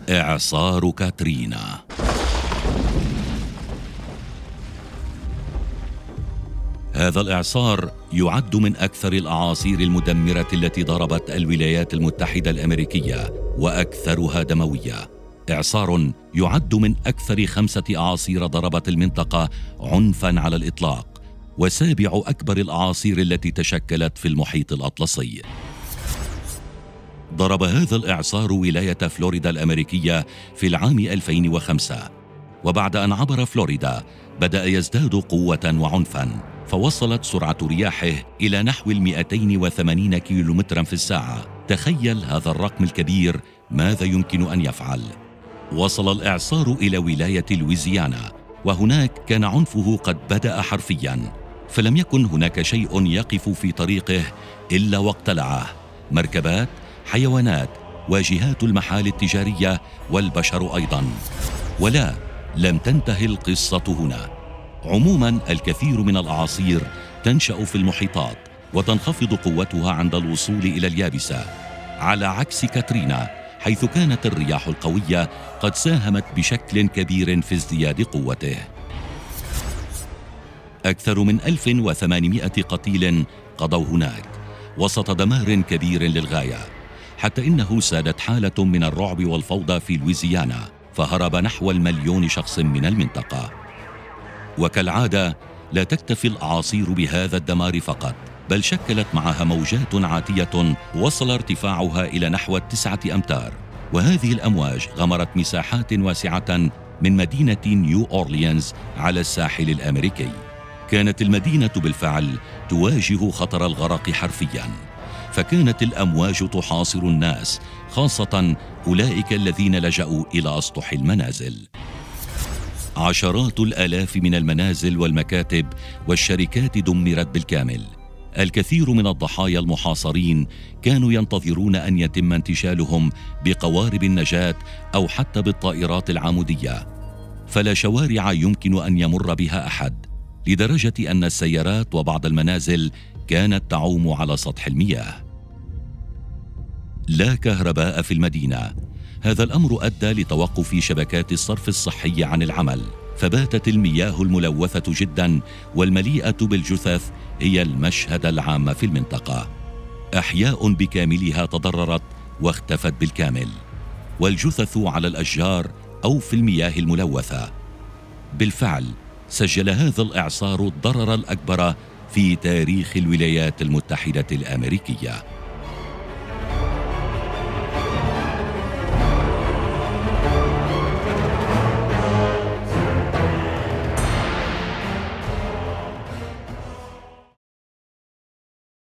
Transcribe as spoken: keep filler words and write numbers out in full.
إعصار كاترينا. هذا الإعصار يعد من أكثر الأعاصير المدمرة التي ضربت الولايات المتحدة الأمريكية وأكثرها دموية. إعصار يعد من أكثر خمسة أعاصير ضربت المنطقة عنفاً على الإطلاق، وسابع أكبر الأعاصير التي تشكلت في المحيط الأطلسي. ضرب هذا الإعصار ولاية فلوريدا الأمريكية في العام ألفين وخمسة، وبعد أن عبر فلوريدا بدأ يزداد قوة وعنفاً، فوصلت سرعة رياحه إلى نحو مئتين وثمانين كيلومتراً في الساعة. تخيل هذا الرقم الكبير، ماذا يمكن أن يفعل؟ وصل الإعصار إلى ولاية لويزيانا، وهناك كان عنفه قد بدأ حرفياً، فلم يكن هناك شيء يقف في طريقه إلا واقتلعه: مركبات، حيوانات، واجهات المحال التجارية، والبشر أيضاً. ولا لم تنتهي القصة هنا. عموماً الكثير من الأعاصير تنشأ في المحيطات وتنخفض قوتها عند الوصول إلى اليابسة، على عكس كاترينا، حيث كانت الرياح القوية قد ساهمت بشكل كبير في ازدياد قوته. أكثر من ألف وثمانمائة قتيل قضوا هناك وسط دمار كبير للغاية، حتى إنه سادت حالة من الرعب والفوضى في لويزيانا، فهرب نحو المليون شخص من المنطقة. وكالعادة لا تكتفي الأعاصير بهذا الدمار فقط، بل شكلت معها موجات عاتية وصل ارتفاعها إلى نحو تسعة أمتار، وهذه الأمواج غمرت مساحات واسعة من مدينة نيو أورليانز على الساحل الأمريكي. كانت المدينة بالفعل تواجه خطر الغرق حرفياً، فكانت الأمواج تحاصر الناس، خاصة أولئك الذين لجأوا إلى أسطح المنازل. عشرات الآلاف من المنازل والمكاتب والشركات دمرت بالكامل. الكثير من الضحايا المحاصرين كانوا ينتظرون أن يتم انتشالهم بقوارب النجاة أو حتى بالطائرات العمودية، فلا شوارع يمكن أن يمر بها أحد، لدرجة أن السيارات وبعض المنازل كانت تعوم على سطح المياه. لا كهرباء في المدينة. هذا الأمر أدى لتوقف شبكات الصرف الصحي عن العمل، فباتت المياه الملوثة جدا والمليئة بالجثث هي المشهد العام في المنطقة. أحياء بكاملها تضررت واختفت بالكامل، والجثث على الأشجار أو في المياه الملوثة. بالفعل سجل هذا الإعصار الضرر الأكبر في تاريخ الولايات المتحدة الأمريكية.